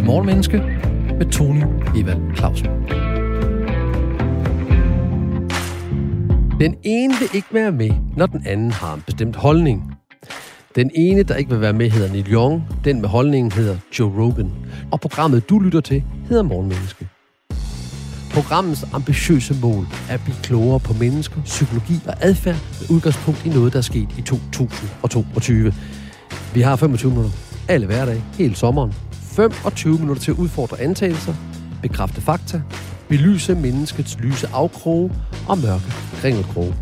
til Morgenmenneske med Tony Evald Clausen. Den ene vil ikke være med, når den anden har en bestemt holdning. Den ene, der ikke vil være med, hedder Neil Young. Den med holdningen hedder Joe Rogan. Og programmet, du lytter til, hedder Morgenmenneske. Programmets ambitiøse mål er at blive klogere på mennesker, psykologi og adfærd med udgangspunkt i noget, der er sket i 2022. Vi har 25 minutter alle hverdage, hele sommeren. 25 minutter til at udfordre antagelser, bekræfte fakta, belyse menneskets lyse afkroge og mørke kringelkroge.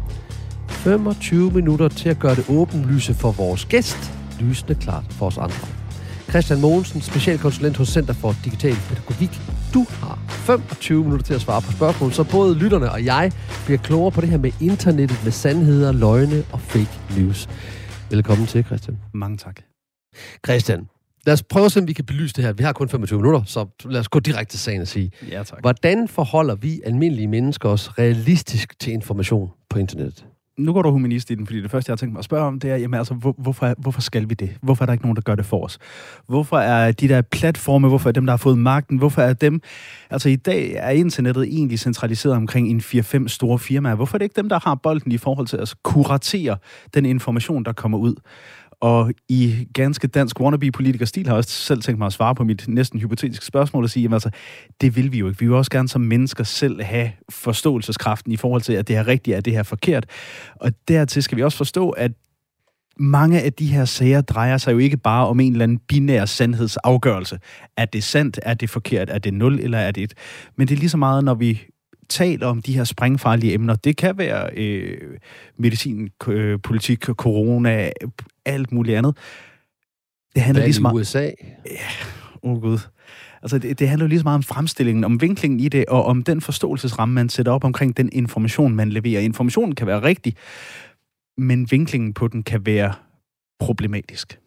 25 minutter til at gøre det åbenlyse for vores gæst, lysende klart for os andre. Christian Mogensen, specialkonsulent hos Center for Digital Pædagogik. Du har 25 minutter til at svare på spørgsmål, så både lytterne og jeg bliver klogere på det her med internettet, med sandheder, løgne og fake news. Velkommen til, Christian. Mange tak. Christian, lad os prøve at se, om vi kan belyse det her. Vi har kun 25 minutter, så lad os gå direkte til sagen og sige. Ja, tak. Hvordan forholder vi almindelige mennesker os realistisk til information på internettet? Nu går du humanist i den, fordi det første, jeg har tænkt mig at spørge om, det er, jamen altså, hvorfor skal vi det? Hvorfor er der ikke nogen, der gør det for os? Hvorfor er de der platforme, hvorfor er dem, der har fået magten, hvorfor er dem... Altså i dag er internettet egentlig centraliseret omkring en 4-5 store firmaer. Hvorfor er det ikke dem, der har bolden i forhold til at kuratere den information, der kommer ud? Og i ganske dansk wannabe-politiker-stil har jeg også selv tænkt mig at svare på mit næsten hypotetiske spørgsmål og sige, jamen altså, det vil vi jo ikke. Vi vil også gerne som mennesker selv have forståelseskraften i forhold til, at det her rigtigt er det her forkert. Og dertil skal vi også forstå, at mange af de her sager drejer sig jo ikke bare om en eller anden binær sandhedsafgørelse. Er det sandt? Er det forkert? Er det 0? Eller er det 1? Men det er lige så meget, når vi taler om de her sprængfarlige emner. Det kan være medicin, politik, corona, alt muligt andet. Det handler lige så meget... USA? Ja, gud. Altså, det handler jo lige så meget om fremstillingen, om vinklingen i det, og om den forståelsesramme, man sætter op omkring den information, man leverer. Informationen kan være rigtig, men vinklingen på den kan være problematisk.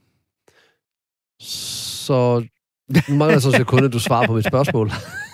Så nu mangler jeg så sekunde, du svarer på mit spørgsmål.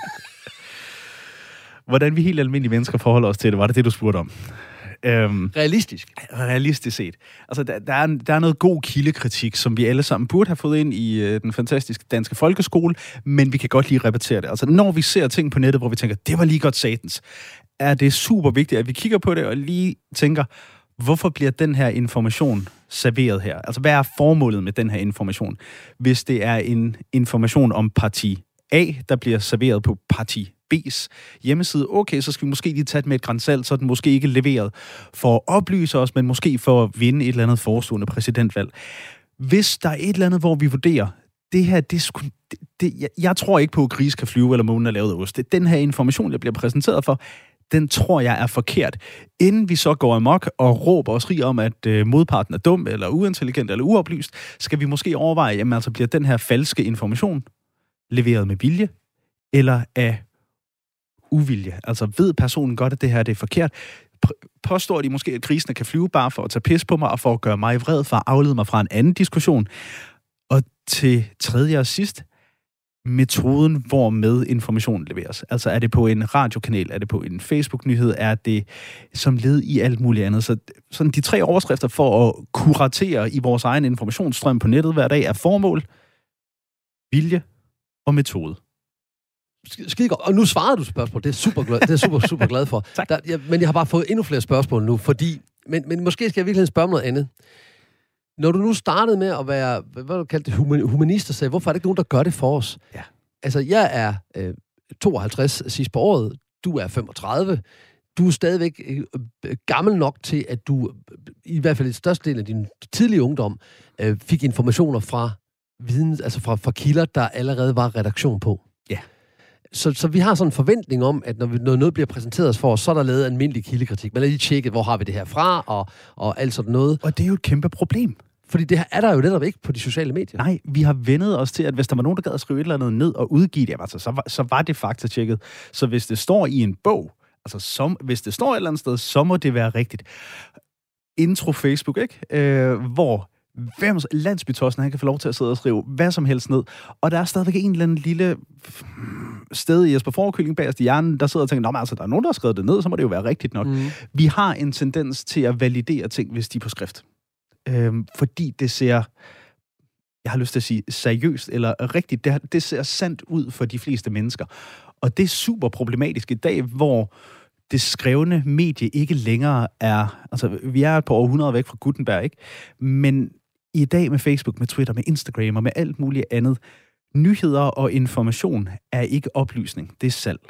Hvordan vi helt almindelige mennesker forholder os til det, var det, du spurgte om? Realistisk? Realistisk set. Altså, der er noget god kildekritik, som vi alle sammen burde have fået ind i den fantastiske danske folkeskole, men vi kan godt lige repetere det. Altså, når vi ser ting på nettet, hvor vi tænker, det var lige godt satans, er det super vigtigt, at vi kigger på det og lige tænker, hvorfor bliver den her information serveret her? Altså, hvad er formålet med den her information? Hvis det er en information om parti A, der bliver serveret på parti B's hjemmeside, okay, så skal vi måske lige tage det med et gran salt, så er den måske ikke leveret for at oplyse os, men måske for at vinde et eller andet forestående præsidentvalg. Hvis der er et eller andet, hvor vi vurderer, det her, jeg tror ikke på, at grise kan flyve, eller månen er lavet af ost. Den her information, jeg bliver præsenteret for, den tror jeg er forkert. Inden vi så går amok og råber os rig om, at modparten er dum, eller uintelligent, eller uoplyst, skal vi måske overveje, jamen altså bliver den her falske information leveret med vilje, eller af uvilje. Altså ved personen godt, at det her det er forkert? Påstår de måske, at grisene kan flyve bare for at tage pis på mig, og for at gøre mig vred, for at aflede mig fra en anden diskussion? Og til tredje og sidst, metoden, hvormed informationen leveres. Altså er det på en radiokanal, er det på en Facebook-nyhed, er det som led i alt muligt andet. Så sådan de 3 overskrifter for at kuratere i vores egen informationsstrøm på nettet hver dag er formål, vilje og metode. Skide godt. Og nu svarede du spørgsmål. Det er super glad, det er super glad for. Men jeg har bare fået endnu flere spørgsmål nu, fordi... Men måske skal jeg virkelig spørge om noget andet. Når du nu startede med at være, hvad du kaldte det, humanist, og sagde, hvorfor er det ikke nogen, der gør det for os? Ja. Altså, jeg er 52 sidst på året. Du er 35. Du er stadigvæk gammel nok til, at du, i hvert fald i største del af din tidlige ungdom, fik informationer fra viden, altså fra kilder, der allerede var redaktion på. Ja. Så vi har sådan en forventning om, at når noget bliver præsenteret for os, så er der lavet almindelig kildekritik. Man har lige tjekket, hvor har vi det her fra, og alt sådan noget. Og det er jo et kæmpe problem. Fordi det er der jo netop ikke på de sociale medier. Nej, vi har vendet os til, at hvis der var nogen, der gad at skrive et eller andet ned og udgive det, altså, så var det faktatjekket. Så hvis det står i en bog, altså hvis det står et eller andet sted, så må det være rigtigt. Intro Facebook, ikke? Hvor landsbytossen, han kan få lov til at sidde og skrive hvad som helst ned. Og der er stadigvæk en eller anden lille sted i Jesper Forkylling bagerst i hjernen, der sidder og tænker, altså, der er nogen, der har skrevet det ned, så må det jo være rigtigt nok. Vi har en tendens til at validere ting, hvis de er på skrift. Fordi det ser jeg har lyst til at sige seriøst eller rigtigt. Det ser sandt ud for de fleste mennesker. Og det er super problematisk i dag, hvor det skrevne medie ikke længere er... Altså, vi er et par århundreder væk fra Gutenberg, ikke? Men i dag med Facebook, med Twitter, med Instagram og med alt muligt andet, nyheder og information er ikke oplysning, det er salg.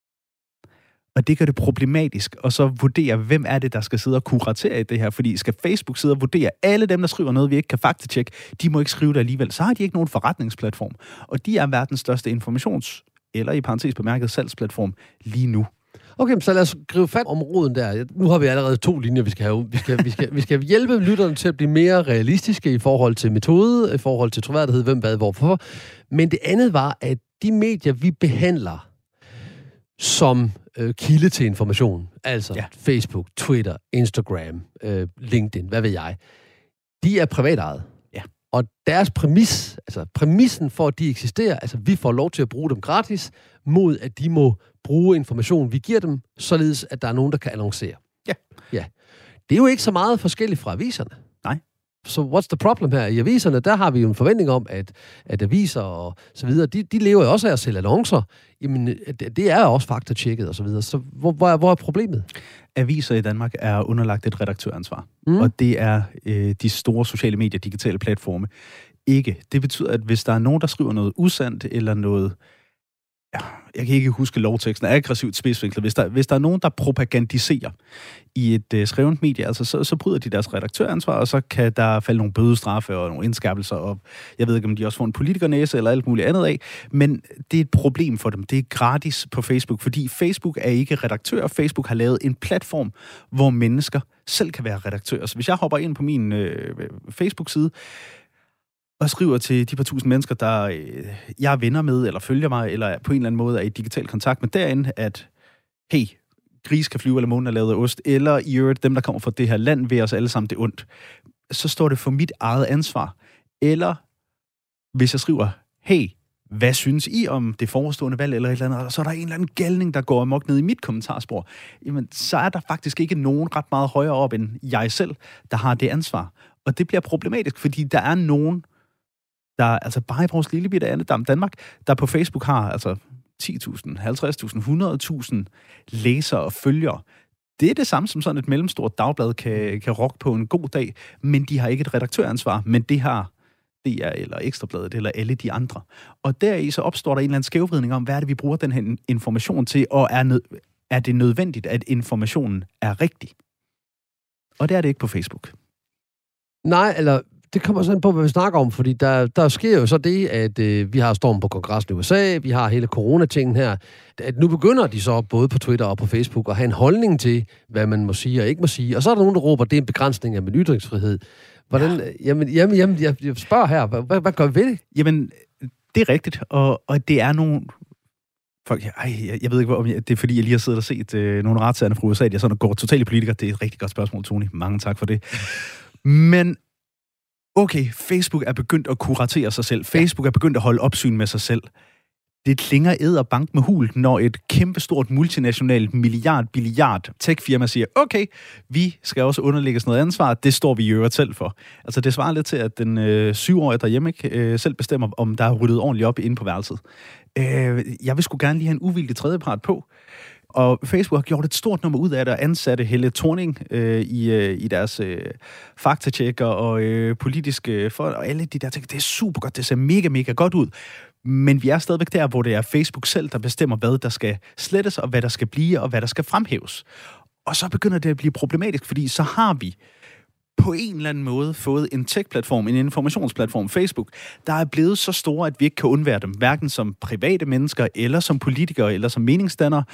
Og det gør det problematisk, og så vurdere, hvem er det, der skal sidde og kuratere i det her. Fordi skal Facebook sidde og vurdere alle dem, der skriver noget, vi ikke kan faktatjekke, de må ikke skrive det alligevel. Så har de ikke nogen forretningsplatform. Og de er verdens største eller i parentes bemærket salgsplatform lige nu. Okay, så lad os gribe fat om roden der. Nu har vi allerede 2 linjer, vi skal have. Vi skal hjælpe lytterne til at blive mere realistiske i forhold til metode, i forhold til troværdighed, hvem, hvad, hvorfor. Men det andet var, at de medier, vi behandler som kilde til information, altså Facebook, Twitter, Instagram, LinkedIn, hvad ved jeg, de er privatejet. Ja. Og deres præmissen for, at de eksisterer, altså vi får lov til at bruge dem gratis, mod at de må bruge information, vi giver dem, således at der er nogen, der kan annoncere. Ja. Det er jo ikke så meget forskelligt fra aviserne. Nej. Så what's the problem her? I aviserne, der har vi jo en forventning om, at aviser og så videre, de lever jo også af at sælge annoncer. Jamen, det er også faktatjekket og så videre. Så hvor er problemet? Aviser i Danmark er underlagt et redaktøransvar. Og det er de store sociale medier, digitale platforme. Ikke. Det betyder, at hvis der er nogen, der skriver noget usandt eller noget... jeg kan ikke huske lovteksten, aggressivt spidsvinklet. Hvis der er nogen, der propagandiserer i et skrevet medie, altså, så bryder de deres redaktøransvar, og så kan der falde nogle bødestraffe og nogle indskærpelser, og jeg ved ikke, om de også får en politikernæse eller alt muligt andet af, men det er et problem for dem. Det er gratis på Facebook, fordi Facebook er ikke redaktør. Facebook har lavet en platform, hvor mennesker selv kan være redaktører. Så hvis jeg hopper ind på min Facebook-side, og skriver til de par tusind mennesker, der jeg er venner med, eller følger mig, eller på en eller anden måde er i digital kontakt med derinde, at hey, gris kan flyve, eller månen er lavet af ost, eller i øvrigt dem, der kommer fra det her land, ved os alle sammen det ondt. Så står det for mit eget ansvar. Eller hvis jeg skriver, hey, hvad synes I om det forestående valg, eller et eller andet, og så er der en eller anden galning, der går amok ned i mit kommentarspor, jamen, så er der faktisk ikke nogen ret meget højere op end jeg selv, der har det ansvar. Og det bliver problematisk, fordi der er nogen, der altså bare i vores lille bitte andedam Danmark, der på Facebook har altså 10.000, 50.000, 100.000 læsere og følgere. Det er det samme som sådan et mellemstort dagblad kan rocke på en god dag, men de har ikke et redaktøransvar, men det har DR eller Ekstrabladet eller alle de andre. Og deri så opstår der en eller anden skævvridning om, hvad er det, vi bruger den her information til, og er det nødvendigt, at informationen er rigtig? Og det er det ikke på Facebook. Nej, eller det kommer sådan på, hvad vi snakker om, fordi der sker jo så det, at vi har stormen på kongressen i USA, vi har hele coronatingen her, at nu begynder de så både på Twitter og på Facebook at have en holdning til, hvad man må sige og ikke må sige, og så er der nogen, der råber, det er en begrænsning af min ytringsfrihed. Hvordan, jamen, jeg spørger her, hvad gør vi ved det? Jamen, det er rigtigt, og det er nogle... Folk, jeg ved ikke, om det er fordi, jeg lige har siddet og set nogle retssager fra USA, jeg sådan går totalt i politikere. Det er et rigtig godt spørgsmål, Tony. Mange tak for det. Men okay, Facebook er begyndt at kuratere sig selv. Facebook er begyndt at holde opsyn med sig selv. Det klinger edderbank med hul, når et kæmpestort multinationalt billiard tech-firma siger, okay, vi skal også underlægges noget ansvar, det står vi i øvrigt selv for. Altså det svarer lidt til, at den 7-årige derhjemme ikke selv bestemmer, om der er ryddet ordentligt op inde på værelset. Jeg vil sgu gerne lige have en uvildig tredjepart på. Og Facebook har gjort et stort nummer ud af det, og ansatte Helle Thorning i deres faktatjekker og politiske folk, og alle de der ting. Det er super godt, det ser mega, mega godt ud. Men vi er stadigvæk der, hvor det er Facebook selv, der bestemmer, hvad der skal slettes, og hvad der skal blive, og hvad der skal fremhæves. Og så begynder det at blive problematisk, fordi så har vi på en eller anden måde fået en tech-platform, en informationsplatform, Facebook, der er blevet så store, at vi ikke kan undvære dem, hverken som private mennesker, eller som politikere, eller som meningsdannere.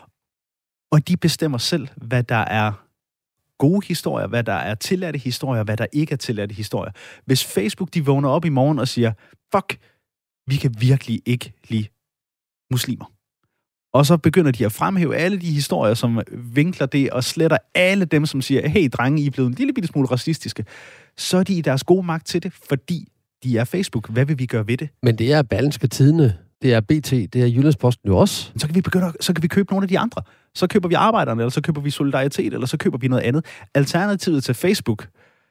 Og de bestemmer selv, hvad der er gode historier, hvad der er tilladte historier, hvad der ikke er tilladte historier. Hvis Facebook, de vågner op i morgen og siger, fuck, vi kan virkelig ikke lide muslimer. Og så begynder de at fremhæve alle de historier, som vinkler det, og sletter alle dem, som siger, hey drenge, I er blevet en lille bitte smule racistiske. Så er de i deres gode magt til det, fordi de er Facebook. Hvad vil vi gøre ved det? Men det er Berlingske Tidende, det er BT, det er Jyllandsposten jo også. Så kan vi købe nogle af de andre. Så køber vi Arbejderne, eller så køber vi Solidaritet, eller så køber vi noget andet. Alternativet til Facebook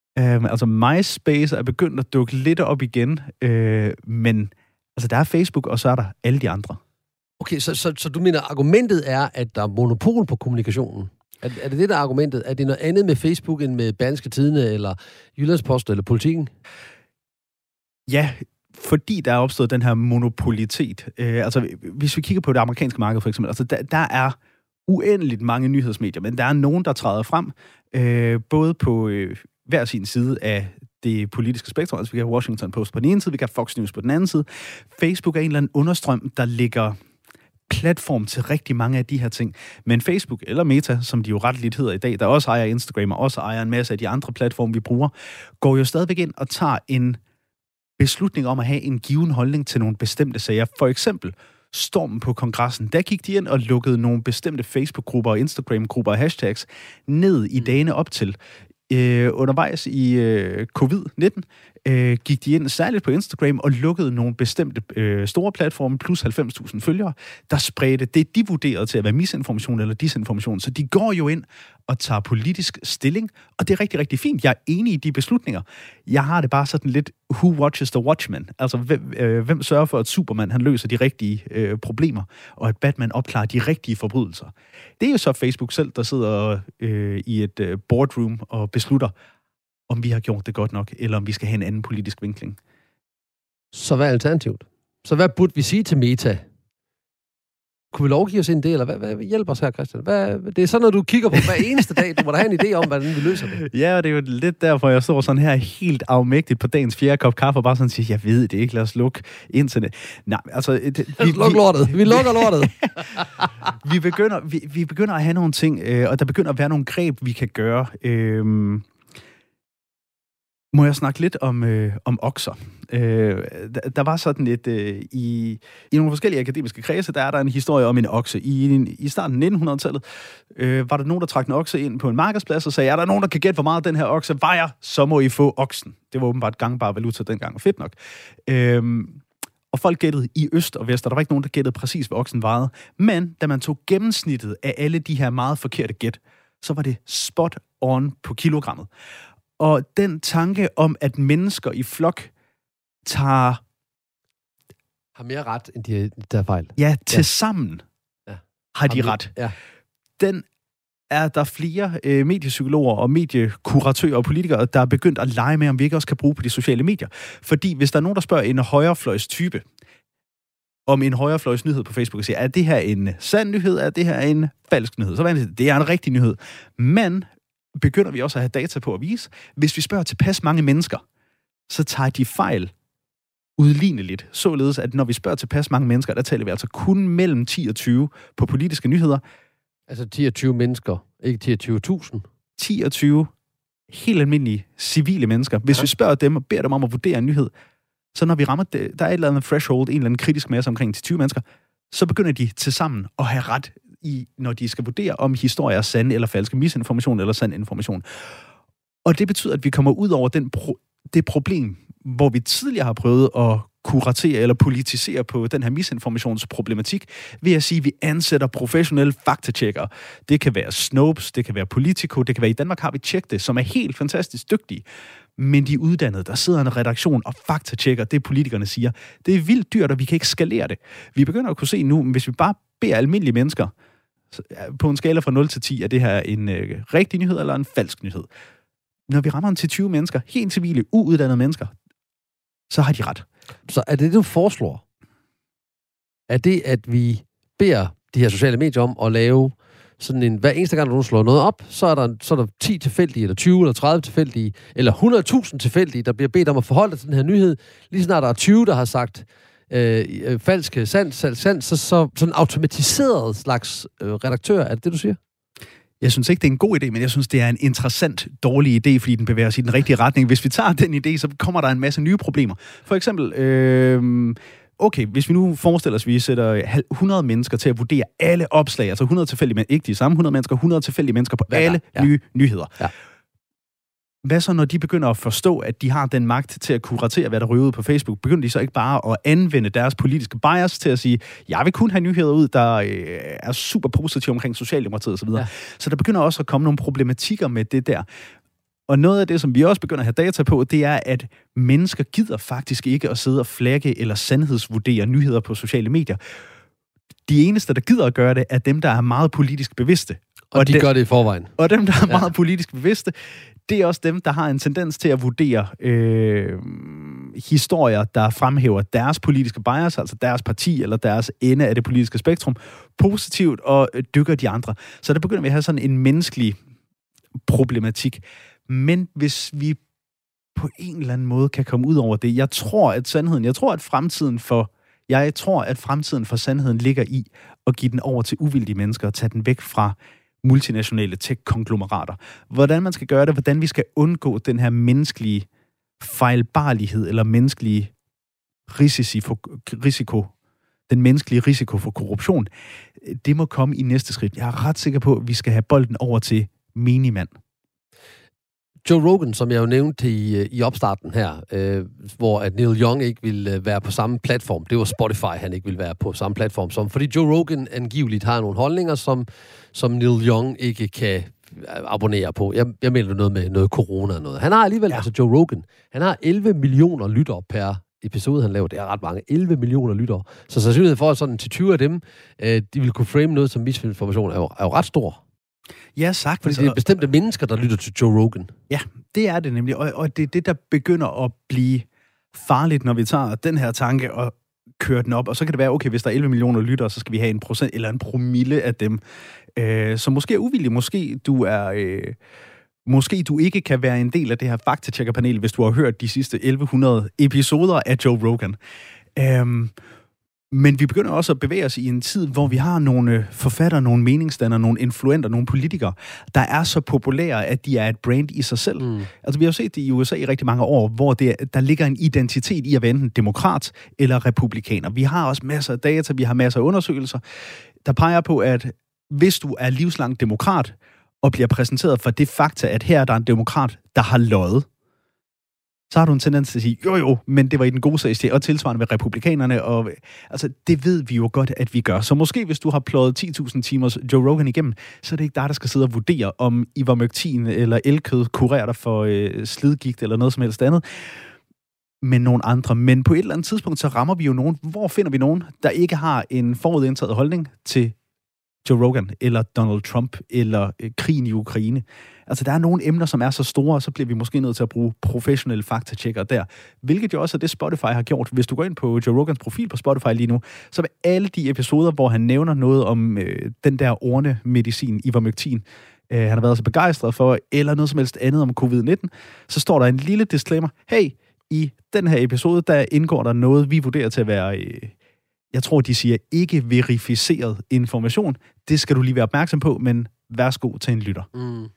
Altså MySpace er begyndt at dukke lidt op igen, men altså der er Facebook, og så er der alle de andre. Okay, så du mener, argumentet er, at der er monopol på kommunikationen? Er det der er argumentet? Er det noget andet med Facebook, end med Berlingske Tidende, eller Jyllandsposten, eller Politikken? Ja, fordi der er opstået den her monopolitet. Altså, hvis vi kigger på det amerikanske marked, for eksempel, altså der er uendeligt mange nyhedsmedier, men der er nogen, der træder frem, både på hver sin side af det politiske spektrum. Altså, vi kan have Washington Post på den ene side, vi kan have Fox News på den anden side. Facebook er en eller anden understrøm, der ligger platform til rigtig mange af de her ting. Men Facebook, eller Meta, som de jo ret lidt hedder i dag, der også ejer Instagram, og også ejer en masse af de andre platforme, vi bruger, går jo stadigvæk ind og tager en beslutning om at have en given holdning til nogle bestemte sager. For eksempel stormen på kongressen. Der gik de ind og lukkede nogle bestemte Facebook-grupper og Instagram-grupper og hashtags ned i dagene op til. Undervejs i covid-19 gik de ind særligt på Instagram og lukkede nogle bestemte store platforme plus 90.000 følgere, der spredte det, de vurderede til at være misinformation eller disinformation. Så de går jo ind og tager politisk stilling, og det er rigtig, rigtig fint. Jeg er enig i de beslutninger. Jeg har det bare sådan lidt, who watches the watchman? Altså, hvem sørger for, at Superman han løser de rigtige problemer, og at Batman opklarer de rigtige forbrydelser? Det er jo så Facebook selv, der sidder i et boardroom og beslutter, om vi har gjort det godt nok, eller om vi skal have en anden politisk vinkling. Så hvad er alternativet? Så hvad burde vi sige til Meta? Kunne vi lovgive os ind i det, eller hvad hjælper os her, Christian? Det er sådan, når du kigger på hver eneste dag, du må da have en idé om, hvordan vi løser det. Ja, og det er jo lidt derfor, jeg står sådan her helt afmægtigt på dagens 4. kop kaffe, og bare sådan siger, jeg ved det ikke, lad os lukke internet. Nej, altså... Luk lortet. Vi lukker lortet. vi begynder at have nogle ting, og der begynder at være nogle greb, vi kan gøre. Må jeg snakke lidt om okser? Der var sådan et... I nogle forskellige akademiske kredse, der er der en historie om en okse. I starten af 1900-tallet var der nogen, der trak en okse ind på en markedsplads og sagde, er der nogen, der kan gætte, hvor meget den her okse vejer, så må I få oksen. Det var åbenbart gangbar valuta dengang, fedt nok. Og folk gættede i øst og vest, og der var ikke nogen, der gættede præcis, hvad oksen vejede. Men da man tog gennemsnittet af alle de her meget forkerte gæt, så var det spot on på kilogrammet. Og den tanke om, at mennesker i flok har mere ret, end de der fejl. Ja, tilsammen har de ret. Ja. Den er der flere mediepsykologer og mediekuratører og politikere, der er begyndt at lege med, om vi ikke også kan bruge på de sociale medier. Fordi hvis der er nogen, der spørger en højrefløjs type om en højrefløjs nyhed på Facebook og siger, er det her en sand nyhed, er det her en falsk nyhed? Så det er en rigtig nyhed. Men begynder vi også at have data på at vise, hvis vi spørger tilpas mange mennesker, så tager de fejl udligneligt. Således, at når vi spørger tilpas mange mennesker, der taler vi altså kun mellem 10 og 20 på politiske nyheder. Altså 10 og 20 mennesker, ikke 10 og 20.000? 10 og 20 helt almindelige civile mennesker. Hvis vi spørger dem og beder dem om at vurdere en nyhed, så når vi rammer det, der er et eller andet threshold, en eller anden kritisk masse omkring 10-20 mennesker, så begynder de tilsammen at have ret når de skal vurdere, om historier er sande eller falske, misinformation eller sand information. Og det betyder, at vi kommer ud over det problem, hvor vi tidligere har prøvet at kuratere eller politisere på den her misinformationsproblematik, ved at sige, at vi ansætter professionelle faktatjekkere. Det kan være Snopes, det kan være Politico, det kan være i Danmark har vi Tjek det, som er helt fantastisk dygtige. Men de uddannede, der sidder en redaktion og faktatjekker det, politikerne siger. Det er vildt dyrt, og vi kan ikke skalere det. Vi begynder at kunne se nu, hvis vi bare beder almindelige mennesker, på en skala fra 0 til 10, er det her en rigtig nyhed eller en falsk nyhed. Når vi rammer den til 20 mennesker, helt civile, uuddannede mennesker, så har de ret. Så er det, du foreslår? Er det, at vi beder de her sociale medier om at lave sådan en, hver eneste gang, du slår noget op, så er der 10 tilfældige, eller 20, eller 30 tilfældige, eller 100.000 tilfældige, der bliver bedt om at forholde sig til den her nyhed. Lige snart der er 20, der har sagt falske, sand, så sådan en automatiseret slags redaktør. Er det det, du siger? Jeg synes ikke, det er en god idé, men jeg synes, det er en interessant, dårlig idé, fordi den bevæger os i den rigtige retning. Hvis vi tager den idé, så kommer der en masse nye problemer. For eksempel, okay, hvis vi nu forestiller os, at vi sætter 100 mennesker til at vurdere alle opslag, altså 100 tilfældige mennesker, ikke de samme 100 mennesker, 100 tilfældige mennesker på alle nye nyheder. Ja. Hvad så, når de begynder at forstå, at de har den magt til at kuratere, hvad der ryger ud på Facebook? Begynder de så ikke bare at anvende deres politiske bias til at sige, jeg vil kun have nyheder ud, der er super positive omkring Socialdemokratiet osv. Ja. Så der begynder også at komme nogle problematikker med det der. Og noget af det, som vi også begynder at have data på, det er, at mennesker gider faktisk ikke at sidde og flagge eller sandhedsvurdere nyheder på sociale medier. De eneste, der gider at gøre det, er dem, der er meget politisk bevidste. Og de gør det i forvejen. Og dem, der er meget politisk bevidste, det er også dem, der har en tendens til at vurdere historier, der fremhæver deres politiske bias, altså deres parti eller deres ende af det politiske spektrum, positivt og dykker de andre. Så der begynder vi at have sådan en menneskelig problematik. Men hvis vi på en eller anden måde kan komme ud over det, jeg tror, at fremtiden for sandheden ligger i at give den over til uvildige mennesker og tage den væk fra multinationale tech-konglomerater. Hvordan man skal gøre det, hvordan vi skal undgå den her fejlbarlighed eller menneskelige risiko, den menneskelige risiko for korruption, det må komme i næste skridt. Jeg er ret sikker på, at vi skal have bolden over til menigmand. Joe Rogan, som jeg jo nævnte i opstarten her, hvor at Neil Young ikke ville være på samme platform. Det var Spotify, han ikke ville være på samme platform som. Fordi Joe Rogan angiveligt har nogle holdninger, som Neil Young ikke kan abonnere på. Jeg mener noget med noget corona og noget. Han har alligevel, altså Joe Rogan, han har 11 millioner lyttere per episode, han laver. Det er ret mange. 11 millioner lyttere. Så sandsynligheden for, at sådan til 20 af dem, de vil kunne frame noget som misinformation, er jo ret stor. Ja, sagt. Fordi det er bestemte mennesker, der lytter til Joe Rogan. Ja, det er det nemlig. Og det er det, der begynder at blive farligt, når vi tager den her tanke og kører den op. Og så kan det være, okay, hvis der er 11 millioner lyttere, så skal vi have 1% eller en promille af dem. Så måske er uvillig. Måske du ikke kan være en del af det her faktatjekkerpanel, hvis du har hørt de sidste 1100 episoder af Joe Rogan. Men vi begynder også at bevæge os i en tid, hvor vi har nogle forfattere, nogle meningsdannere, nogle influenter, nogle politikere, der er så populære, at de er et brand i sig selv. Altså, vi har jo set det i USA i rigtig mange år, hvor der ligger en identitet i at være enten demokrat eller republikaner. Vi har også masser af data, vi har masser af undersøgelser, der peger på, at hvis du er livslang demokrat og bliver præsenteret for det fakta, at her er der en demokrat, der har løjet, så har du en tendens til at sige, jo, men det var i den gode sag, og tilsvarende med republikanerne, og altså, det ved vi jo godt, at vi gør. Så måske, hvis du har pløjet 10.000 timers Joe Rogan igennem, så er det ikke dig, der skal sidde og vurdere, om ivermectin eller elkød kurerer dig for slidgigt eller noget som helst andet, men nogle andre. Men på et eller andet tidspunkt, så rammer vi jo nogen. Hvor finder vi nogen, der ikke har en forudindtaget holdning til Joe Rogan, eller Donald Trump, eller krigen i Ukraine? Altså, der er nogle emner, som er så store, og så bliver vi måske nødt til at bruge professionelle faktatjekkere der. Hvilket jo også er det, Spotify har gjort. Hvis du går ind på Joe Rogans profil på Spotify lige nu, så vil alle de episoder, hvor han nævner noget om den der ornemedicin, ivermectin, han har været så begejstret for, eller noget som helst andet om covid-19, så står der en lille disclaimer. Hey, i den her episode, der indgår der noget, vi vurderer til at være... Jeg tror, de siger ikke verificeret information. Det skal du lige være opmærksom på, men værsgo til en lytter.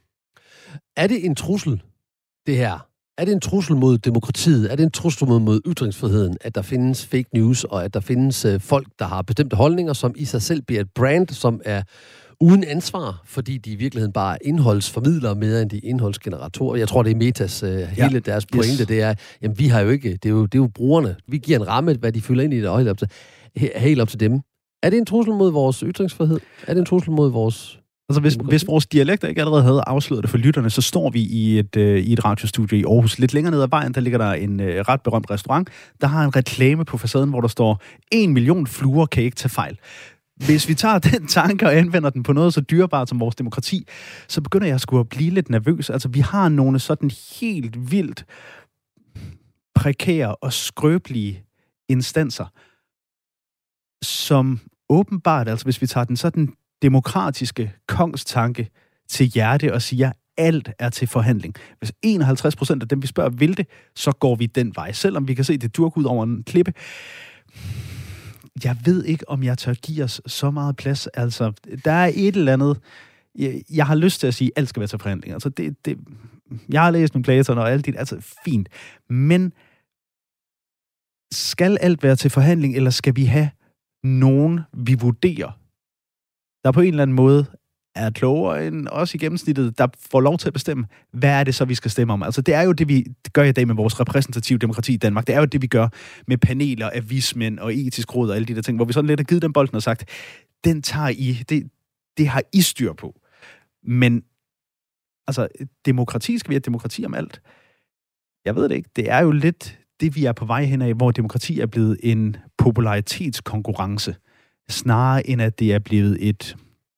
Er det en trussel, det her? Er det en trussel mod demokratiet? Er det en trussel mod ytringsfriheden, at der findes fake news, og at der findes folk, der har bestemte holdninger, som i sig selv bliver et brand, som er uden ansvar, fordi de i virkeligheden bare er indholdsformidlere mere end de indholdsgeneratorer? Jeg tror, det er Metas hele deres pointe. Det er, jamen vi har jo ikke, det er jo brugerne. Vi giver en ramme, hvad de fylder ind i det, og helt op til dem. Er det en trussel mod vores ytringsfrihed? Er det en trussel mod vores... Altså, hvis vores dialekter ikke allerede havde afsløret det for lytterne, så står vi i et radiostudie i Aarhus. Lidt længere ned ad vejen, der ligger der en ret berømt restaurant, der har en reklame på facaden, hvor der står, 1 million fluer kan ikke tage fejl. Hvis vi tager den tanke og anvender den på noget så dyrebart som vores demokrati, så begynder jeg sgu at blive lidt nervøs. Altså, vi har nogle sådan helt vildt prekære og skrøbelige instanser, som åbenbart, altså hvis vi tager den sådan demokratiske kongstanke til hjerte og siger, alt er til forhandling. Hvis 51% af dem, vi spørger, vil det, så går vi den vej. Selvom vi kan se det durk ud over en klippe. Jeg ved ikke, om jeg tør give os så meget plads. Altså, der er et eller andet... Jeg har lyst til at sige, at alt skal være til forhandling. Altså, jeg har læst nogle Platon og alt det, altså fint. Men skal alt være til forhandling, eller skal vi have nogen, vi vurderer, der på en eller anden måde er klogere end os i gennemsnittet, der får lov til at bestemme, hvad er det så, vi skal stemme om? Altså, det er jo det, vi gør i dag med vores repræsentative demokrati i Danmark. Det er jo det, vi gør med paneler af vismænd og etisk råd og alle de der ting, hvor vi sådan lidt har givet dem bolden og sagt, den tager I, det har I styr på. Men Altså, demokrati, skal vi have demokrati om alt? Jeg ved det ikke. Det er jo lidt det, vi er på vej hen af, hvor demokrati er blevet en popularitetskonkurrence, snarere end at det er blevet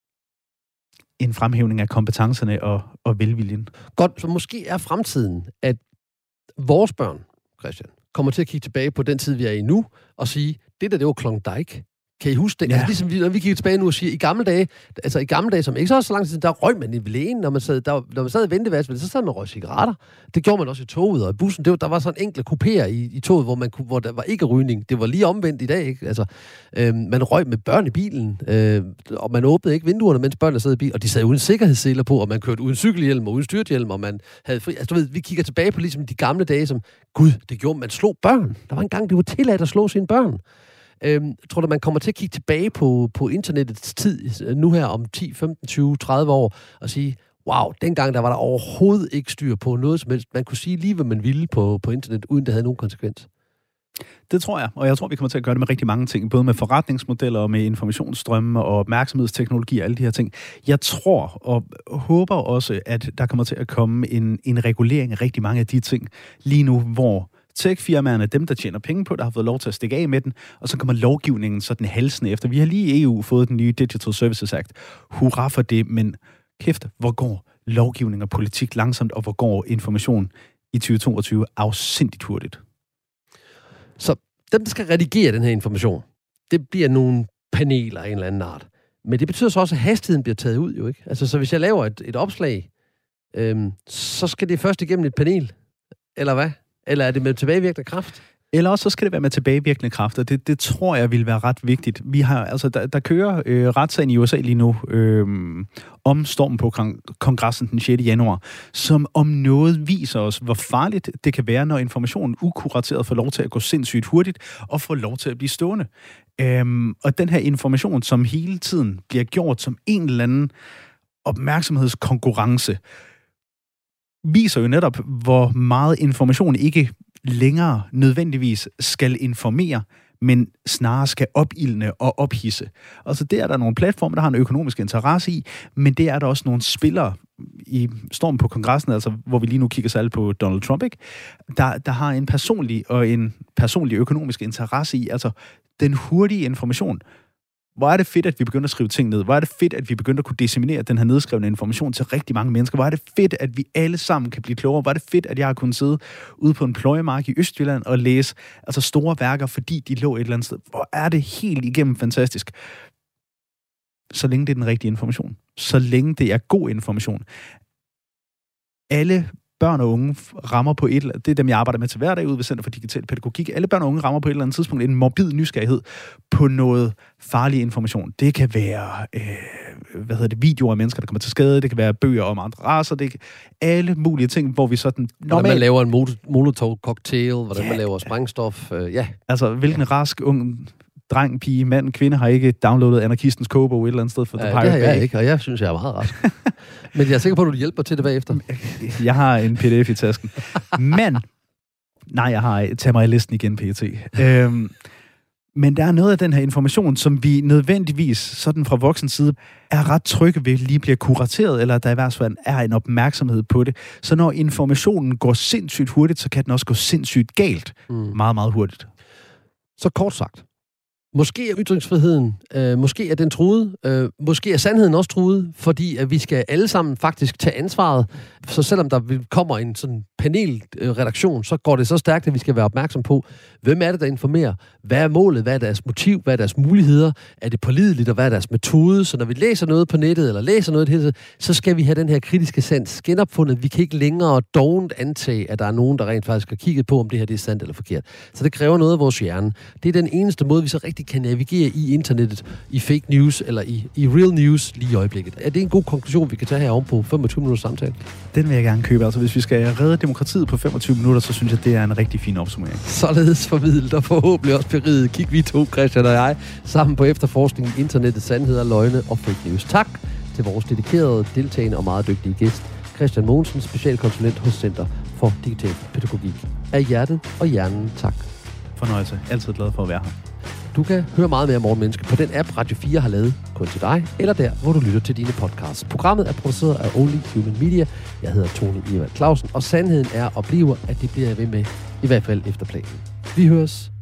en fremhævning af kompetencerne og velviljen. Godt, så måske er fremtiden, at vores børn, Christian, kommer til at kigge tilbage på den tid, vi er i nu, og sige, det var Klondike. Kan I huske det? Ja. Altså ligesom når vi kigger tilbage nu og siger, i gamle dage, som ikke så lang tid, der røg man i lægen, når man sad i venteværelset, så sad man og røg cigaretter. Det gjorde man også i toget og i bussen. Der var sådan enkle kupéer i toget, hvor der var ikke rygning. Det var lige omvendt i dag, ikke? Altså, man røg med børn i bilen, og man åbnede ikke vinduerne, mens børnene sad i bilen, og de sad uden sikkerhedsseler på, og man kørte uden cykelhjelm og uden styrthjelm, og man havde fri. Altså, du ved, vi kigger tilbage på ligesom de gamle dage, som, gud, det gjorde man slog børn. Der var engang, det var tilladt at slå sine børn. Tror du, man kommer til at kigge tilbage på internettets tid, nu her om 10, 15, 20, 30 år, og sige, wow, dengang der var der overhovedet ikke styr på noget som helst. Man kunne sige lige, hvad man ville på internet, uden det havde nogen konsekvens. Det tror jeg, og jeg tror, vi kommer til at gøre det med rigtig mange ting, både med forretningsmodeller og med informationsstrømme og opmærksomhedsteknologi og alle de her ting. Jeg tror og håber også, at der kommer til at komme en regulering af rigtig mange af de ting lige nu, hvor tech-firmaerne, dem der tjener penge på, der har fået lov til at stikke af med den, og så kommer lovgivningen sådan halsende efter. Vi har lige i EU fået den nye Digital Services Act. Hurra for det, men kæft, hvor går lovgivning og politik langsomt, og hvor går information i 2022 afsindigt hurtigt. Så dem, der skal redigere den her information, det bliver nogle paneler af en eller anden art. Men det betyder så også, at hastigheden bliver taget ud, jo ikke? Altså, så hvis jeg laver et opslag, så skal det først igennem et panel, eller hvad? Eller er det med tilbagevirkende kraft? Eller også så skal det være med tilbagevirkende kraft, og det tror jeg vil være ret vigtigt. Vi har, altså, der kører retssagen i USA lige nu om stormen på kongressen den 6. januar, som om noget viser os, hvor farligt det kan være, når informationen ukurateret får lov til at gå sindssygt hurtigt og får lov til at blive stående. Og den her information, som hele tiden bliver gjort som en eller anden opmærksomhedskonkurrence, viser jo netop, hvor meget information ikke længere nødvendigvis skal informere, men snarere skal opildne og ophisse. Altså det er der nogle platforme, der har en økonomisk interesse i, men det er der også nogle spillere i stormen på kongressen, altså hvor vi lige nu kigger særligt på Donald Trump, ikke? Der har en personlig økonomisk interesse i, altså den hurtige information. Hvor er det fedt, at vi begynder at skrive ting ned? Hvor er det fedt, at vi begynder at kunne disseminere den her nedskrevne information til rigtig mange mennesker? Hvor er det fedt, at vi alle sammen kan blive klogere? Hvor er det fedt, at jeg har kunnet sidde ude på en pløjemark i Østjylland og læse altså store værker, fordi de lå et eller andet sted? Hvor er det helt igennem fantastisk? Så længe det er den rigtige information. Så længe det er god information. Alle børn og unge rammer på det er dem, jeg arbejder med til hverdag ude ved Center for Digital Pædagogik. Alle børn og unge rammer på et eller andet tidspunkt en morbid nysgerrighed på noget farlig information. Det kan være videoer af mennesker, der kommer til skade. Det kan være bøger om andre racer. Det kan alle mulige ting, hvor vi sådan hvordan man laver en molotov-cocktail, hvordan man laver sprængstof. Altså, hvilken rask ung dreng, pige, mand, kvinde har ikke downloadet anarkistens kogebog et eller andet sted for The Pirate Bay. Det har jeg ikke, og jeg synes, jeg er meget rask. Men jeg er sikker på, at du hjælper til det bagefter. Jeg har en pdf i tasken. Men, nej, jeg har taget mig i listen igen, PET. Men der er noget af den her information, som vi nødvendigvis, sådan fra voksen side, er ret trygge ved, lige bliver kurateret, eller der i hvert fald er en opmærksomhed på det. Så når informationen går sindssygt hurtigt, så kan den også gå sindssygt galt. Meget, meget hurtigt. Så kort sagt. Måske er ytringsfriheden, måske er den truet, måske er sandheden også truet, fordi at vi skal alle sammen faktisk tage ansvaret. Så selvom der kommer en sådan panelredaktion, så går det så stærkt, at vi skal være opmærksom på, hvem er det, der informerer? Hvad er målet? Hvad er deres motiv? Hvad er deres muligheder? Er det pålideligt, og hvad er deres metode? Så når vi læser noget på nettet, eller læser noget hele tiden, så skal vi have den her kritiske sans genopfundet. Vi kan ikke længere dovent antage, at der er nogen, der rent faktisk har kigget på, om det her det er sandt eller forkert. Så det kræver noget af vores hjerne. Det er den eneste måde, vi så rigtig kan navigere i internettet, i fake news, eller i real news lige i øjeblikket. Er det en god konklusion, vi kan tage her oven på 25 minutters samtale? Den vil jeg gerne købe. Altså, hvis vi skal redde demokratiet på 25 minutter, så synes jeg, det er en rigtig fin opsummering. Således formidlet og forhåbentlig også beriget. Kig vi to, Christian og jeg, sammen på efterforskning i internettets sandheder, løgne og fake news. Tak til vores dedikerede, deltagende og meget dygtige gæst, Christian Mogensen, specialkonsulent hos Center for Digital Pædagogik. Af hjertet og hjernen, tak. Fornøjelse. Altid glad for at være her. Du kan høre meget mere Morgenmenneske på den app, Radio 4 har lavet kun til dig, eller der, hvor du lytter til dine podcasts. Programmet er produceret af Only Human Media. Jeg hedder Tony Evald Clausen, og sandheden er og bliver, at det bliver jeg ved med, i hvert fald efter planen. Vi høres